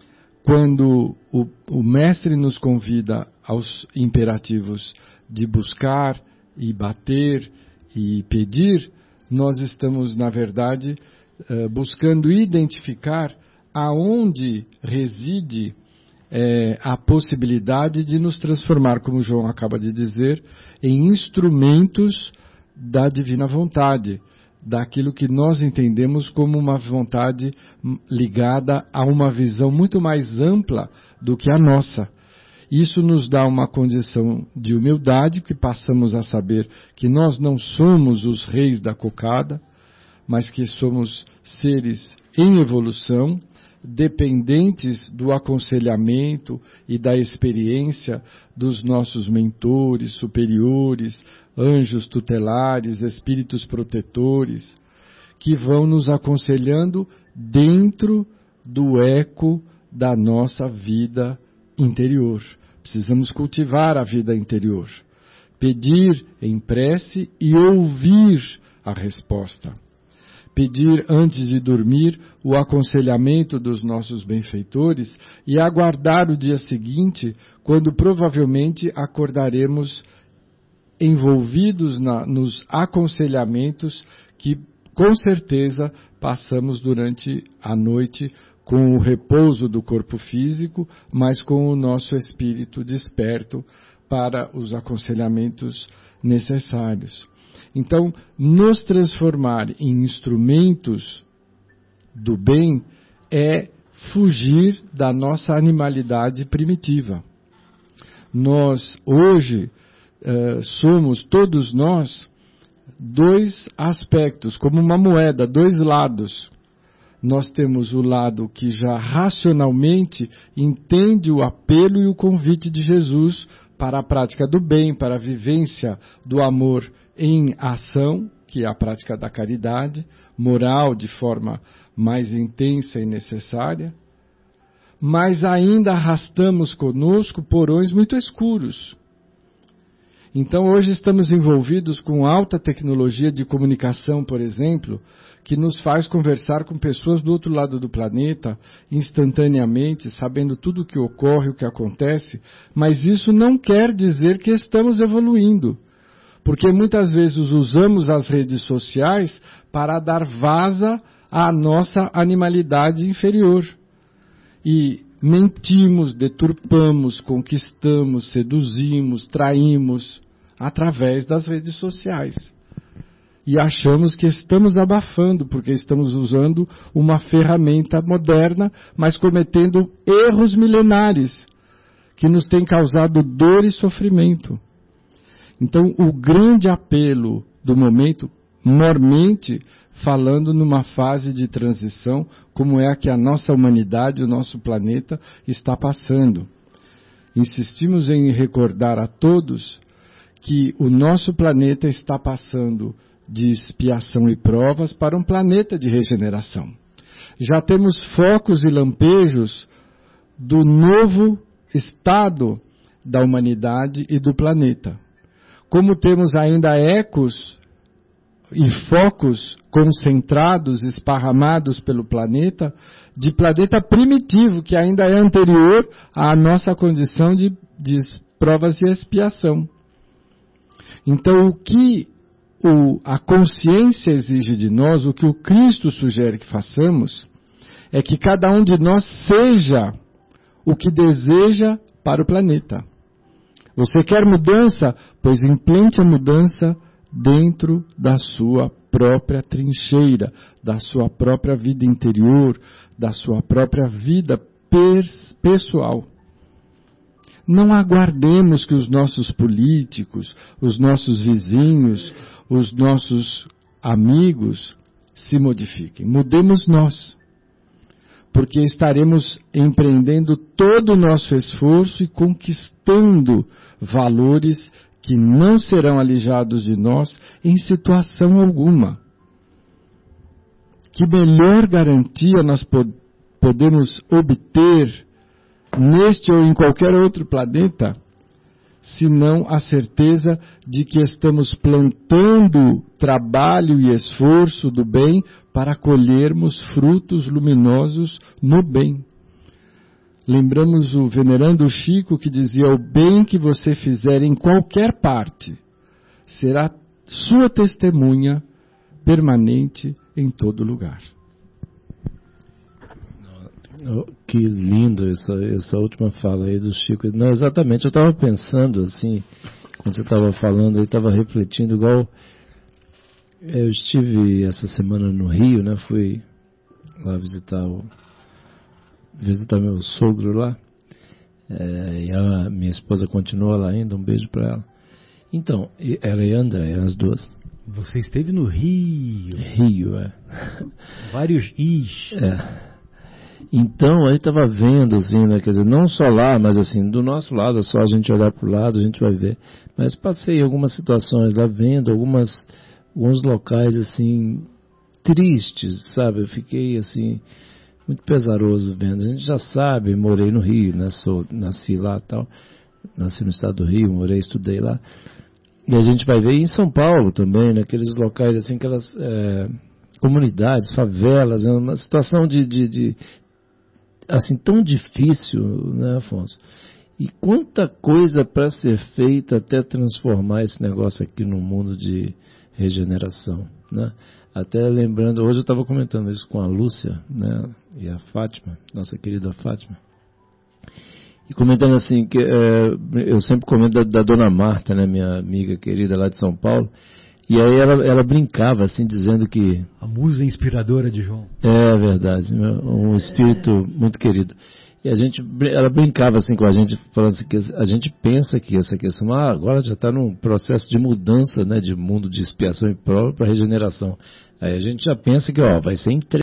Quando o mestre nos convida aos imperativos de buscar e bater e pedir, nós estamos, na verdade, buscando identificar aonde reside a possibilidade de nos transformar, como o João acaba de dizer, em instrumentos da divina vontade, daquilo que nós entendemos como uma vontade ligada a uma visão muito mais ampla do que a nossa. Isso nos dá uma condição de humildade, que passamos a saber que nós não somos os reis da cocada, mas que somos seres em evolução, dependentes do aconselhamento e da experiência dos nossos mentores superiores, anjos tutelares, espíritos protetores, que vão nos aconselhando dentro do eco da nossa vida interior. Precisamos cultivar a vida interior, pedir em prece e ouvir a resposta. Pedir antes de dormir o aconselhamento dos nossos benfeitores e aguardar o dia seguinte, quando provavelmente acordaremos envolvidos nos aconselhamentos que com certeza passamos durante a noite com o repouso do corpo físico, mas com o nosso espírito desperto para os aconselhamentos necessários. Então, nos transformar em instrumentos do bem é fugir da nossa animalidade primitiva. Nós, hoje, somos, todos nós, 2 aspectos, como uma moeda, 2 lados. Nós temos o lado que já racionalmente entende o apelo e o convite de Jesus para a prática do bem, para a vivência do amor em ação, que é a prática da caridade, moral de forma mais intensa e necessária, mas ainda arrastamos conosco porões muito escuros. Então hoje estamos envolvidos com alta tecnologia de comunicação, por exemplo, que nos faz conversar com pessoas do outro lado do planeta instantaneamente, sabendo tudo o que ocorre, o que acontece, mas isso não quer dizer que estamos evoluindo. Porque muitas vezes usamos as redes sociais para dar vaza à nossa animalidade inferior. E mentimos, deturpamos, conquistamos, seduzimos, traímos através das redes sociais. e achamos que estamos abafando, porque estamos usando uma ferramenta moderna, mas cometendo erros milenares que nos têm causado dor e sofrimento. Então, o grande apelo do momento, mormente falando numa fase de transição, como é a que a nossa humanidade, o nosso planeta, está passando. Insistimos em recordar a todos que o nosso planeta está passando de expiação e provas para um planeta de regeneração. Já temos focos e lampejos do novo estado da humanidade e do planeta. Como temos ainda ecos e focos concentrados, esparramados pelo planeta, de planeta primitivo, que ainda é anterior à nossa condição de provas e expiação. Então, o que a consciência exige de nós, o que o Cristo sugere que façamos, é que cada um de nós seja o que deseja para o planeta. Você quer mudança? Pois implante a mudança dentro da sua própria trincheira, da sua própria vida interior, da sua própria vida pessoal. Não aguardemos que os nossos políticos, os nossos vizinhos, os nossos amigos se modifiquem. Mudemos nós, porque estaremos empreendendo todo o nosso esforço e conquistando valores que não serão alijados de nós em situação alguma. Que melhor garantia nós podemos obter neste ou em qualquer outro planeta, senão a certeza de que estamos plantando trabalho e esforço do bem para colhermos frutos luminosos no bem. Lembramos o venerando Chico que dizia: o bem que você fizer em qualquer parte será sua testemunha permanente em todo lugar. Que lindo essa última fala aí do Chico. Não, exatamente, eu estava pensando assim, quando você estava falando, eu estava refletindo igual. Eu estive essa semana no Rio, né? Fui lá visitar meu sogro lá. E a minha esposa continua lá ainda, um beijo para ela. Então, ela e a André, as duas. Você esteve no Rio. Rio, é. Vários Is. É. Então, aí estava vendo, assim, né, quer dizer, não só lá, mas assim, do nosso lado, é só a gente olhar para o lado, a gente vai ver. Mas passei algumas situações lá vendo, alguns locais, assim, tristes, sabe? Eu fiquei, assim, muito pesaroso vendo. A gente já sabe, morei no Rio, né? Nasci lá e tal, nasci no estado do Rio, morei, estudei lá. E a gente vai ver em São Paulo também, né? Aqueles locais, assim, aquelas comunidades, favelas, né? Uma situação assim, tão difícil, né, Afonso? E quanta coisa para ser feita até transformar esse negócio aqui num mundo de regeneração, né? Até lembrando, hoje eu estava comentando isso com a Lúcia, né, e a Fátima, nossa querida Fátima, e comentando assim, que eu sempre comento da Dona Marta, né, minha amiga querida lá de São Paulo, e aí ela brincava assim, dizendo que... A musa inspiradora de João. É verdade, um espírito muito querido. E ela brincava assim com a gente, falando assim, que a gente pensa que essa questão, agora já está num processo de mudança, né, de mundo de expiação e prova para regeneração. Aí a gente já pensa que, vai ser em 3.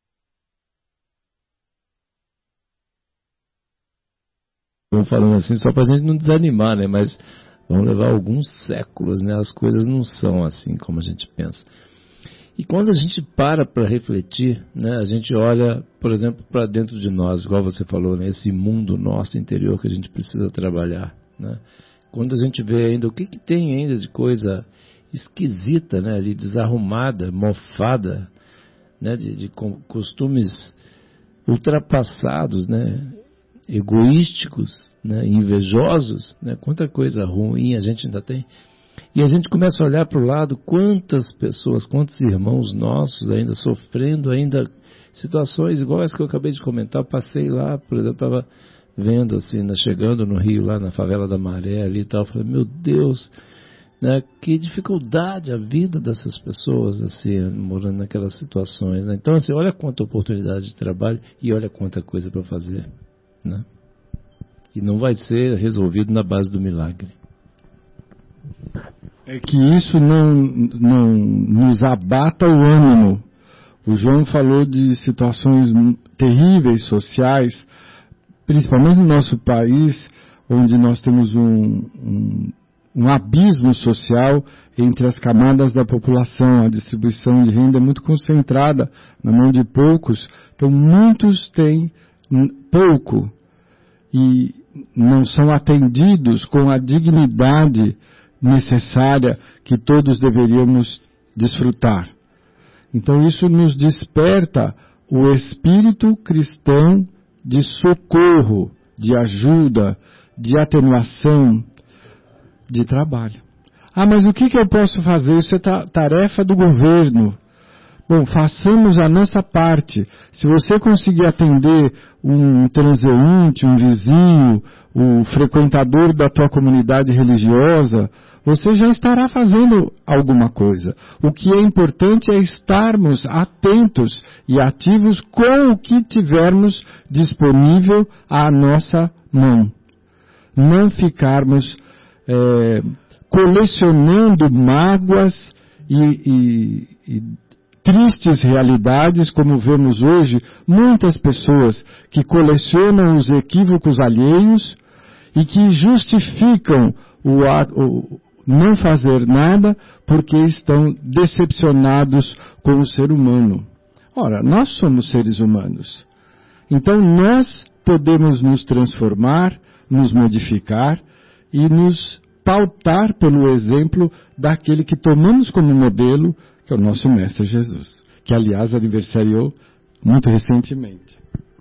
Vamos falando assim só para a gente não desanimar, né, mas vão levar alguns séculos, né, as coisas não são assim como a gente pensa. E quando a gente para refletir, né, a gente olha, por exemplo, para dentro de nós, igual você falou, né, esse mundo nosso interior que a gente precisa trabalhar, né? Quando a gente vê ainda o que tem ainda de coisa esquisita, né, ali, desarrumada, mofada, né, de costumes ultrapassados, né, egoísticos, né, invejosos, né, quanta coisa ruim a gente ainda tem. E a gente começa a olhar para o lado, quantas pessoas, quantos irmãos nossos ainda sofrendo, ainda situações igual as que eu acabei de comentar. Eu passei lá, por exemplo, estava vendo assim, chegando no Rio, lá na favela da Maré ali e tal, falei, meu Deus, né? Que dificuldade a vida dessas pessoas, assim, morando naquelas situações, né? Então, assim, olha quanta oportunidade de trabalho e olha quanta coisa para fazer, né? E não vai ser resolvido na base do milagre. É que isso não nos abata o ânimo. O João falou de situações terríveis sociais, principalmente no nosso país, onde nós temos um abismo social entre as camadas da população. A distribuição de renda é muito concentrada na mão de poucos. Então, muitos têm pouco e não são atendidos com a dignidade necessária que todos deveríamos desfrutar. Então isso nos desperta o espírito cristão de socorro, de ajuda, de atenuação, de trabalho. Ah, mas o que eu posso fazer? Isso é tarefa do governo. Bom, façamos a nossa parte. Se você conseguir atender um transeunte, um vizinho, o frequentador da tua comunidade religiosa, você já estará fazendo alguma coisa. O que é importante é estarmos atentos e ativos com o que tivermos disponível à nossa mão. Não ficarmos colecionando mágoas e tristes realidades, como vemos hoje, muitas pessoas que colecionam os equívocos alheios e que justificam o não fazer nada porque estão decepcionados com o ser humano. Ora, nós somos seres humanos. Então nós podemos nos transformar, nos modificar e nos pautar pelo exemplo daquele que tomamos como modelo, que é o nosso Mestre Jesus, que aliás aniversariou muito recentemente.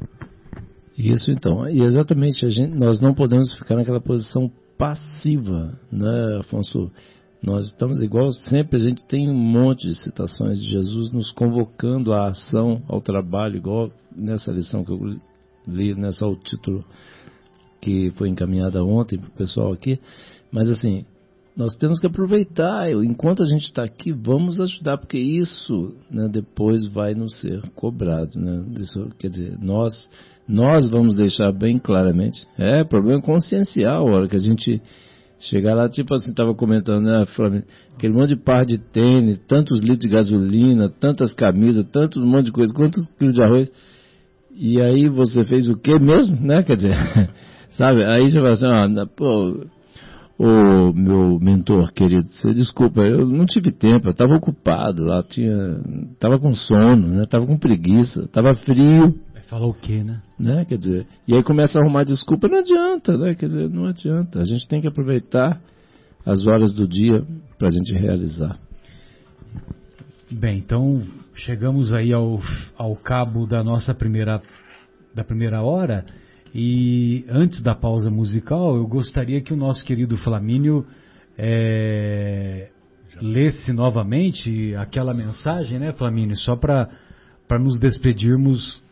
Isso então, e exatamente, nós não podemos ficar naquela posição passiva, né, Afonso? Nós estamos igual sempre, a gente tem um monte de citações de Jesus nos convocando à ação, ao trabalho, igual nessa lição que eu li, nessa o título que foi encaminhada ontem para o pessoal aqui, mas assim, nós temos que aproveitar, enquanto a gente está aqui, vamos ajudar, porque isso, né, depois vai nos ser cobrado, né? Isso, quer dizer, nós vamos deixar bem claramente, problema consciencial, a hora que a gente chegar lá, tipo assim, estava comentando, né, Flávio, aquele monte de par de tênis, tantos litros de gasolina, tantas camisas, tanto um monte de coisa, quantos quilos de arroz, e aí você fez o quê mesmo, né, quer dizer, sabe, aí você fala assim, pô, ô meu mentor querido, você desculpa, eu não tive tempo, eu estava ocupado lá, estava com sono, né, estava com preguiça, estava frio. Falar o quê, né? Quer dizer, e aí começa a arrumar desculpa, não adianta, né? Quer dizer, não adianta. A gente tem que aproveitar as horas do dia para a gente realizar. Bem, então chegamos aí ao cabo da nossa primeira hora, e antes da pausa musical, eu gostaria que o nosso querido Flamínio lesse novamente aquela mensagem, né, Flamínio? Só para nos despedirmos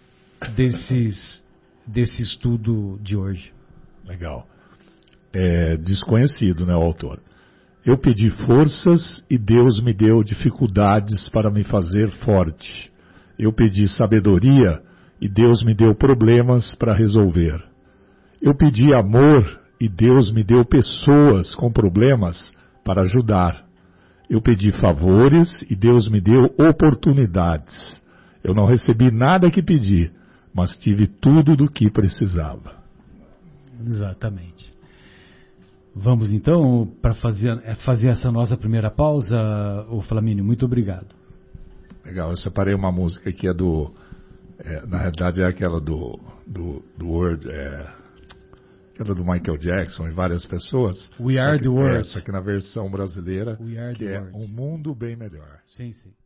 desse estudo de hoje. Legal. É desconhecido, né, o autor. Eu pedi forças e Deus me deu dificuldades para me fazer forte. Eu pedi sabedoria e Deus me deu problemas para resolver. Eu pedi amor e Deus me deu pessoas com problemas para ajudar. Eu pedi favores e Deus me deu oportunidades. Eu não recebi nada que pedi, mas tive tudo do que precisava. Exatamente. Vamos então para fazer essa nossa primeira pausa, o Flamínio. Muito obrigado. Legal, eu separei uma música que é na realidade é aquela do World, aquela do Michael Jackson e várias pessoas. We Are the World. Só que na versão brasileira, We Are que the é World. Um Mundo Bem Melhor. Sim, sim.